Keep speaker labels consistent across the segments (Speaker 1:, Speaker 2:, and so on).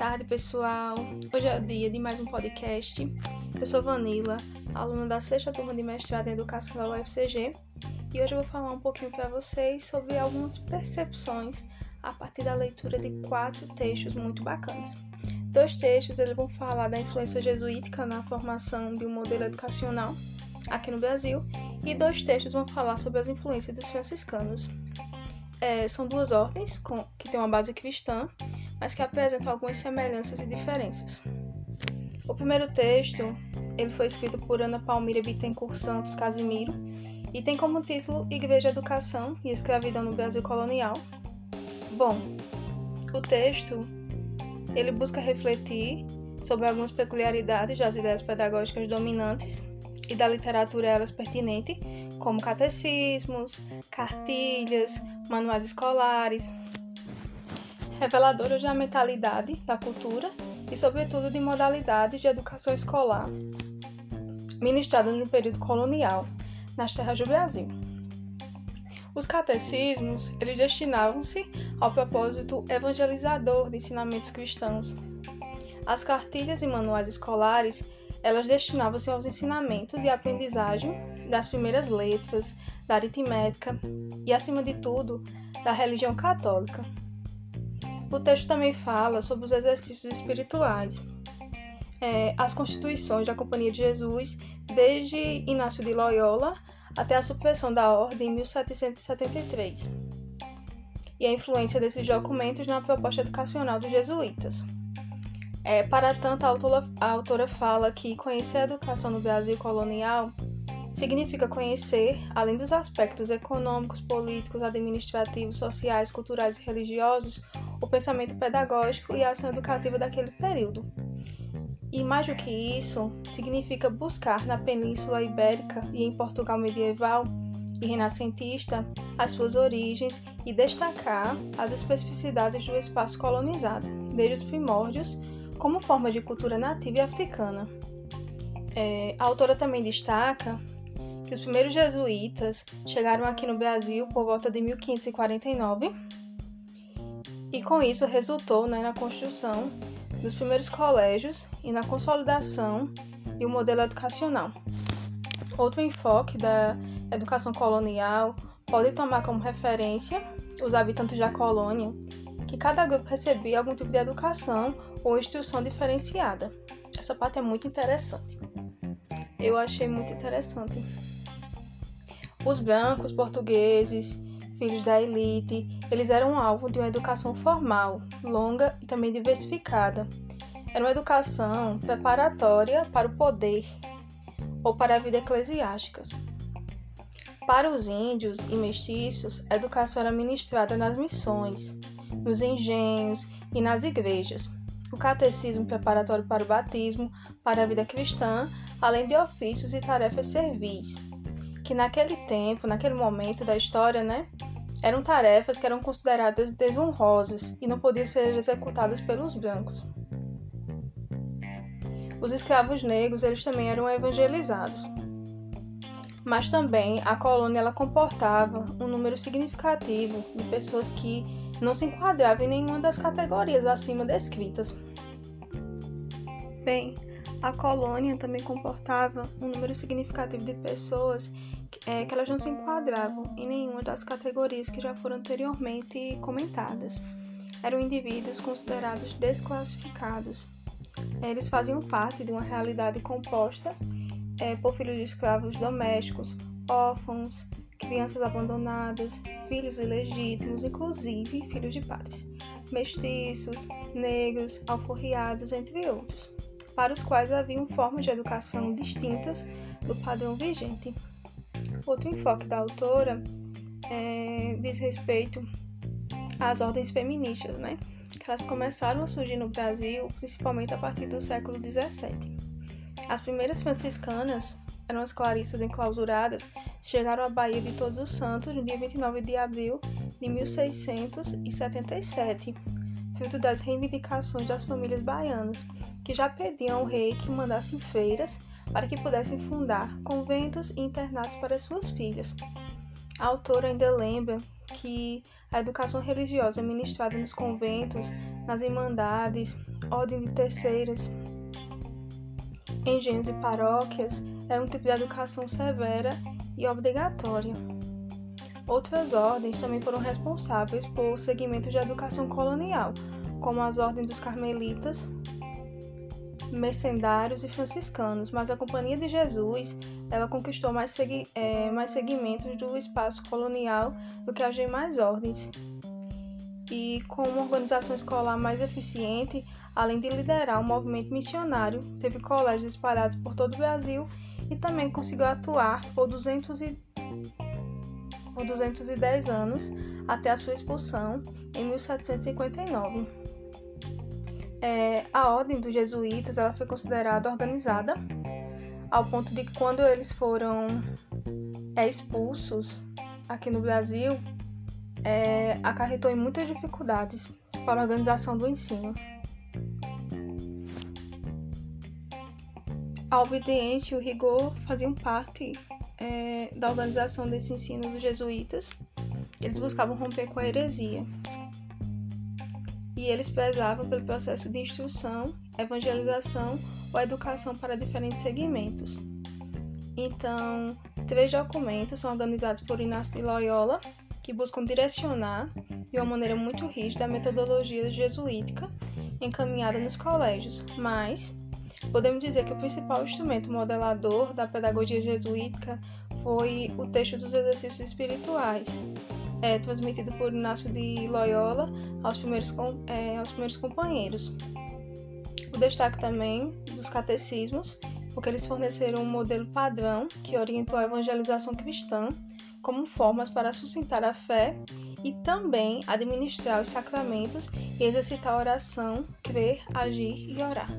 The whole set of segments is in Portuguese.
Speaker 1: tarde, pessoal. Hoje é o dia de mais um podcast. Eu sou Vanilla, aluna da 6ª turma de mestrado em Educação da UFCG, e hoje eu vou falar um pouquinho para vocês sobre algumas percepções a partir da leitura de 4 textos muito bacanas. 2 textos eles vão falar da influência jesuítica na formação de um modelo educacional aqui no Brasil, e 2 textos vão falar sobre as influências dos franciscanos. São 2 ordens que têm uma base cristã, mas que apresentam algumas semelhanças e diferenças. O primeiro texto ele foi escrito por Ana Palmira Bittencourt Santos Casimiro e tem como título Igreja, Educação e Escravidão no Brasil Colonial. Bom, o texto ele busca refletir sobre algumas peculiaridades das ideias pedagógicas dominantes e da literatura a elas pertinente, como catecismos, cartilhas, manuais escolares, reveladoras da mentalidade, da cultura e, sobretudo, de modalidades de educação escolar ministradas no período colonial, nas terras do Brasil. Os catecismos, eles destinavam-se ao propósito evangelizador de ensinamentos cristãos. As cartilhas e manuais escolares, elas destinavam-se aos ensinamentos e aprendizagem das primeiras letras, da aritmética e, acima de tudo, da religião católica. O texto também fala sobre os exercícios espirituais, as constituições da Companhia de Jesus, desde Inácio de Loyola até a supressão da ordem em 1773, e a influência desses documentos na proposta educacional dos jesuítas. Para tanto, a autora fala que conhecer a educação no Brasil colonial significa conhecer, além dos aspectos econômicos, políticos, administrativos, sociais, culturais e religiosos, o pensamento pedagógico e a ação educativa daquele período. E mais do que isso, significa buscar na Península Ibérica e em Portugal medieval e renascentista as suas origens e destacar as especificidades do espaço colonizado, desde os primórdios, como forma de cultura nativa e africana. A autora também destaca que os primeiros jesuítas chegaram aqui no Brasil por volta de 1549 e com isso resultou na construção dos primeiros colégios e na consolidação de um modelo educacional. Outro enfoque da educação colonial pode tomar como referência os habitantes da colônia, que cada grupo recebia algum tipo de educação ou instrução diferenciada. Essa parte é muito interessante. Eu achei muito interessante. Os brancos, portugueses, filhos da elite, eles eram alvo de uma educação formal, longa e também diversificada. Era uma educação preparatória para o poder ou para a vida eclesiástica. Para os índios e mestiços, a educação era ministrada nas missões, nos engenhos e nas igrejas. O catecismo preparatório para o batismo, para a vida cristã, além de ofícios e tarefas servis, que naquele tempo, naquele momento da história, eram tarefas que eram consideradas desonrosas e não podiam ser executadas pelos brancos. Os escravos negros, eles também eram evangelizados. Mas também a colônia ela comportava um número significativo de pessoas que não se enquadravam em nenhuma das categorias acima descritas. Bem, a colônia também comportava um número significativo de pessoas que elas não se enquadravam em nenhuma das categorias que já foram anteriormente comentadas. Eram indivíduos considerados desclassificados. Eles faziam parte de uma realidade composta por filhos de escravos domésticos, órfãos, crianças abandonadas, filhos ilegítimos, inclusive filhos de padres, mestiços, negros, alforriados, entre outros, para os quais haviam formas de educação distintas do padrão vigente. Outro enfoque da autora diz respeito às ordens feministas, que elas começaram a surgir no Brasil, principalmente a partir do século XVII. As primeiras franciscanas eram as clarissas enclausuradas, chegaram à Bahia de Todos os Santos no dia 29 de abril de 1677, fruto das reivindicações das famílias baianas, que já pediam ao rei que mandassem freiras para que pudessem fundar conventos e internatos para suas filhas. A autora ainda lembra que a educação religiosa ministrada nos conventos, nas irmandades ordem de terceiras, engenhos e paróquias era um tipo de educação severa e obrigatória. Outras ordens também foram responsáveis por segmentos de educação colonial, como as ordens dos carmelitas, mercedários e franciscanos, mas a Companhia de Jesus ela conquistou mais segmentos do espaço colonial do que as demais ordens. E com uma organização escolar mais eficiente, além de liderar um movimento missionário, teve colégios espalhados por todo o Brasil e também conseguiu atuar por 210 anos até a sua expulsão em 1759. A ordem dos jesuítas ela foi considerada organizada ao ponto de que quando eles foram expulsos aqui no Brasil, acarretou em muitas dificuldades para a organização do ensino. A obediência e o rigor faziam parte da organização desse ensino dos jesuítas. Eles buscavam romper com a heresia. E eles prezavam pelo processo de instrução, evangelização ou educação para diferentes segmentos. Então, 3 documentos são organizados por Inácio de Loyola, que buscam direcionar de uma maneira muito rígida a metodologia jesuítica encaminhada nos colégios, mas podemos dizer que o principal instrumento modelador da pedagogia jesuítica foi o texto dos exercícios espirituais, transmitido por Inácio de Loyola aos primeiros companheiros. O destaque também dos catecismos, porque eles forneceram um modelo padrão que orientou a evangelização cristã como formas para sustentar a fé e também administrar os sacramentos e exercitar a oração, crer, agir e orar.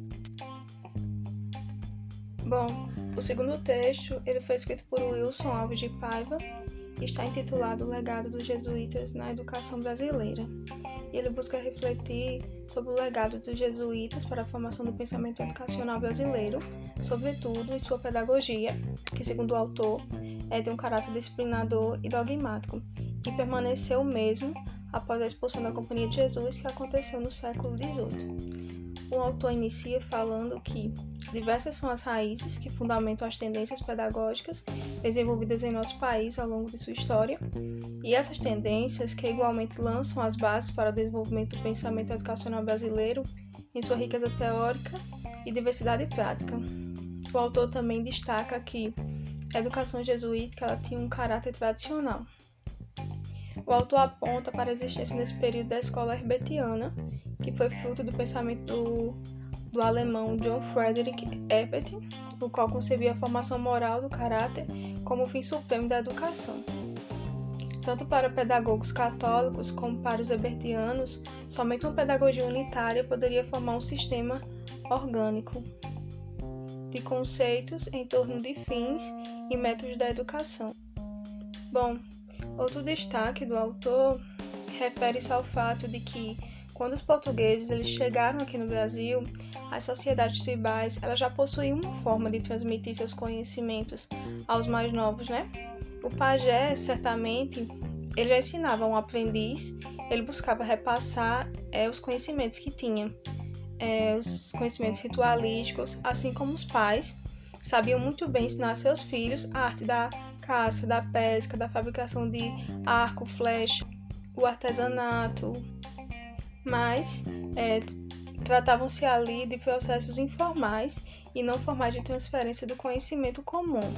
Speaker 1: Bom, o segundo texto ele foi escrito por Wilson Alves de Paiva e está intitulado O Legado dos Jesuítas na Educação Brasileira. E ele busca refletir sobre o legado dos jesuítas para a formação do pensamento educacional brasileiro, sobretudo em sua pedagogia, que, segundo o autor, é de um caráter disciplinador e dogmático, que permaneceu o mesmo após a expulsão da Companhia de Jesus que aconteceu no século XVIII. O autor inicia falando que diversas são as raízes que fundamentam as tendências pedagógicas desenvolvidas em nosso país ao longo de sua história, e essas tendências que igualmente lançam as bases para o desenvolvimento do pensamento educacional brasileiro em sua riqueza teórica e diversidade prática. O autor também destaca que a educação jesuítica ela tinha um caráter tradicional. O autor aponta para a existência nesse período da escola herbertiana, que foi fruto do pensamento do alemão John Friedrich Herbert, o qual concebia a formação moral do caráter como o fim supremo da educação. Tanto para pedagogos católicos como para os herbertianos, somente uma pedagogia unitária poderia formar um sistema orgânico de conceitos em torno de fins e métodos da educação. Bom, outro destaque do autor refere-se ao fato de que, quando os portugueses eles chegaram aqui no Brasil, as sociedades tribais elas já possuíam uma forma de transmitir seus conhecimentos aos mais novos, né? O pajé, certamente, ele já ensinava a um aprendiz, ele buscava repassar os conhecimentos que tinha, os conhecimentos ritualísticos, assim como os pais sabiam muito bem ensinar a seus filhos a arte da caça, da pesca, da fabricação de arco, flecha, o artesanato, mas tratavam-se ali de processos informais e não formais de transferência do conhecimento comum.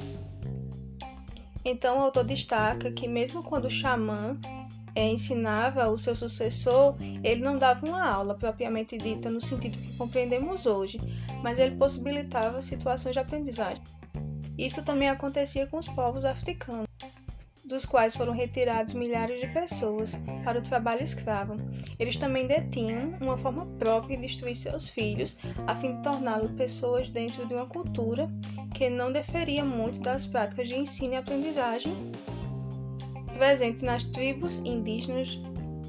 Speaker 1: Então, o autor destaca que mesmo quando o xamã ensinava o seu sucessor, ele não dava uma aula propriamente dita no sentido que compreendemos hoje, mas ele possibilitava situações de aprendizagem. Isso também acontecia com os povos africanos, dos quais foram retirados milhares de pessoas para o trabalho escravo. Eles também detinham uma forma própria de instruir seus filhos, a fim de torná-los pessoas dentro de uma cultura que não diferia muito das práticas de ensino e aprendizagem presentes nas tribos indígenas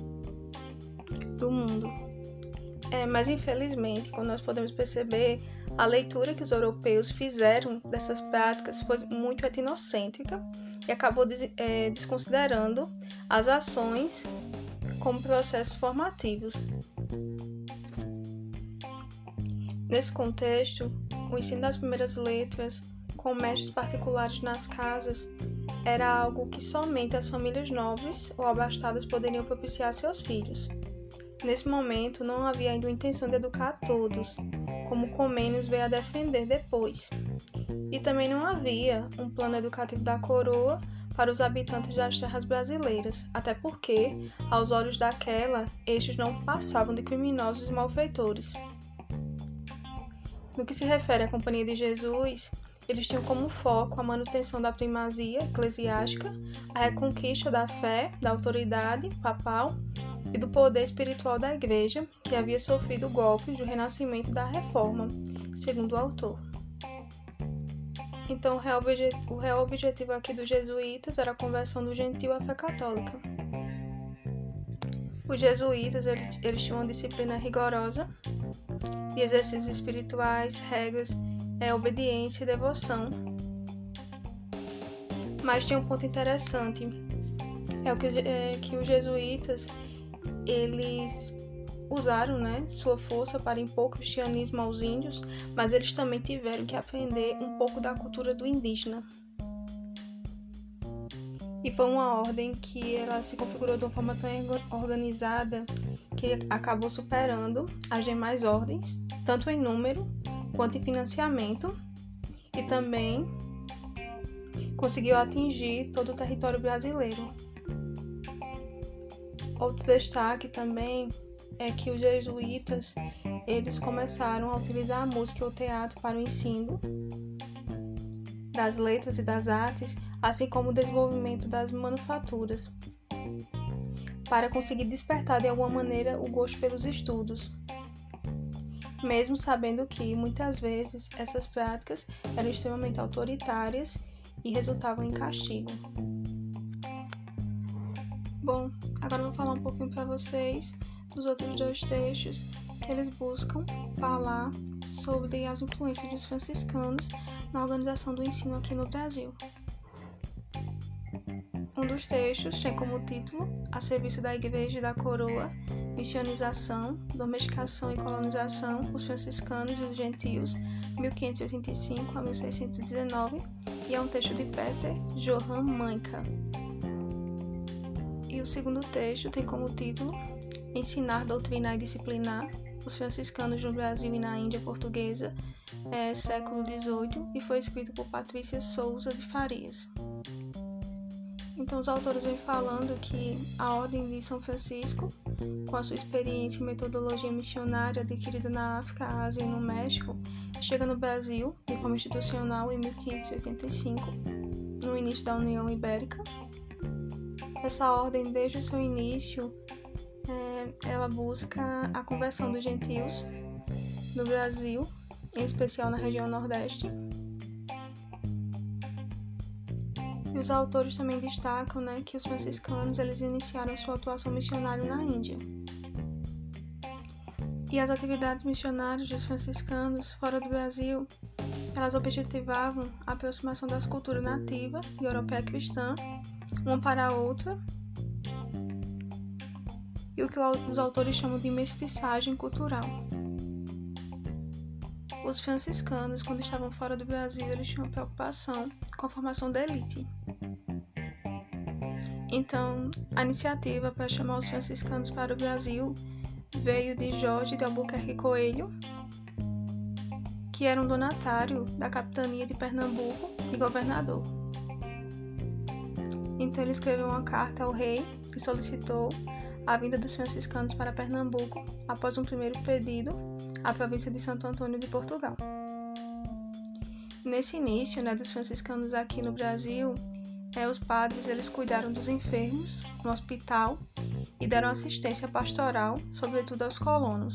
Speaker 1: do mundo. Mas infelizmente, como nós podemos perceber, a leitura que os europeus fizeram dessas práticas foi muito etnocêntrica e acabou desconsiderando as ações como processos formativos. Nesse contexto, o ensino das primeiras letras, com mestres particulares nas casas, era algo que somente as famílias nobres ou abastadas poderiam propiciar a seus filhos. Nesse momento, não havia ainda a intenção de educar a todos, como Comênios veio a defender depois. E também não havia um plano educativo da coroa para os habitantes das terras brasileiras, até porque, aos olhos daquela, estes não passavam de criminosos e malfeitores. No que se refere à Companhia de Jesus, eles tinham como foco a manutenção da primazia eclesiástica, a reconquista da fé, da autoridade papal e do poder espiritual da Igreja, que havia sofrido golpes do renascimento e da reforma, segundo o autor. Então, o real objetivo aqui dos jesuítas era a conversão do gentio à fé católica. Os jesuítas eles tinham uma disciplina rigorosa de exercícios espirituais, regras, obediência e devoção. Mas tinha um ponto interessante, que os jesuítas eles usaram, sua força para impor o cristianismo aos índios, mas eles também tiveram que aprender um pouco da cultura do indígena. E foi uma ordem que ela se configurou de uma forma tão organizada que acabou superando as demais ordens, tanto em número quanto em financiamento, e também conseguiu atingir todo o território brasileiro. Outro destaque também é que os jesuítas eles começaram a utilizar a música e o teatro para o ensino das letras e das artes, assim como o desenvolvimento das manufaturas, para conseguir despertar de alguma maneira o gosto pelos estudos, mesmo sabendo que muitas vezes essas práticas eram extremamente autoritárias e resultavam em castigo. Bom, agora eu vou falar um pouquinho para vocês dos outros dois textos que eles buscam falar sobre as influências dos franciscanos na organização do ensino aqui no Brasil. Um dos textos tem como título A Serviço da Igreja e da Coroa, Missionização, Domesticação e Colonização, os Franciscanos e os Gentios, 1585 a 1619, e é um texto de Peter Johann Manka. E o segundo texto tem como título Ensinar, Doutrinar e Disciplinar, os Franciscanos no Brasil e na Índia Portuguesa, século XVIII, e foi escrito por Patrícia Souza de Farias. Então, os autores vêm falando que a Ordem de São Francisco, com a sua experiência e metodologia missionária adquirida na África, Ásia e no México, chega no Brasil, de forma institucional, em 1585, no início da União Ibérica. Essa ordem, desde o seu início, ela busca a conversão dos gentios no Brasil, em especial na região Nordeste. E os autores também destacam, que os franciscanos eles iniciaram sua atuação missionária na Índia. E as atividades missionárias dos franciscanos fora do Brasil, elas objetivavam a aproximação das culturas nativa e europeia cristã, uma para a outra, e o que os autores chamam de mestiçagem cultural. Os franciscanos, quando estavam fora do Brasil, eles tinham preocupação com a formação da elite. Então, a iniciativa para chamar os franciscanos para o Brasil veio de Jorge de Albuquerque Coelho, que era um donatário da capitania de Pernambuco e governador. Então ele escreveu uma carta ao rei e solicitou a vinda dos franciscanos para Pernambuco após um primeiro pedido à província de Santo Antônio de Portugal. Nesse início, dos franciscanos aqui no Brasil, os padres eles cuidaram dos enfermos no hospital e deram assistência pastoral, sobretudo aos colonos.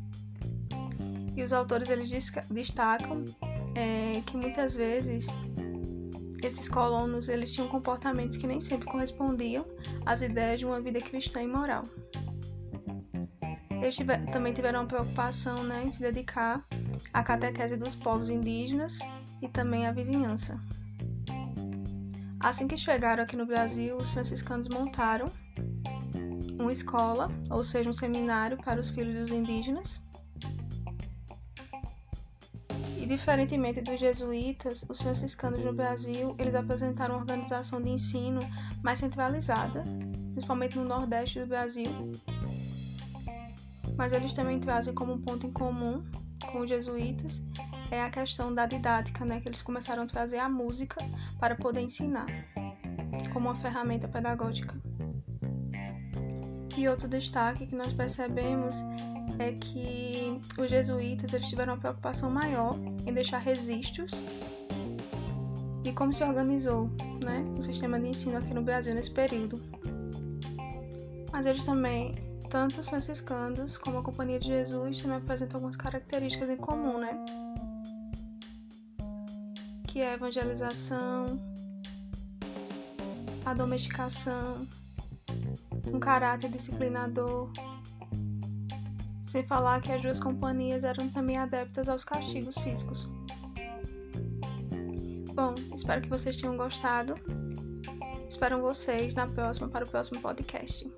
Speaker 1: E os autores eles destacam que muitas vezes esses colonos eles tinham comportamentos que nem sempre correspondiam às ideias de uma vida cristã e moral. Eles também tiveram uma preocupação em se dedicar à catequese dos povos indígenas e também à vizinhança. Assim que chegaram aqui no Brasil, os franciscanos montaram uma escola, ou seja, um seminário para os filhos dos indígenas. diferentemente dos jesuítas, os franciscanos no Brasil, eles apresentaram uma organização de ensino mais centralizada, principalmente no Nordeste do Brasil. Mas eles também trazem como um ponto em comum com os jesuítas é a questão da didática, né? Que eles começaram a trazer a música para poder ensinar, como uma ferramenta pedagógica. E outro destaque que nós percebemos é que os jesuítas eles tiveram uma preocupação maior em deixar registros de como se organizou, né, o sistema de ensino aqui no Brasil nesse período. Mas eles também, tanto os franciscanos como a Companhia de Jesus, também apresentam algumas características em comum, né? Que é a evangelização, a domesticação, um caráter disciplinador, sem falar que as duas companhias eram também adeptas aos castigos físicos. Bom, espero que vocês tenham gostado. Espero vocês para o próximo podcast.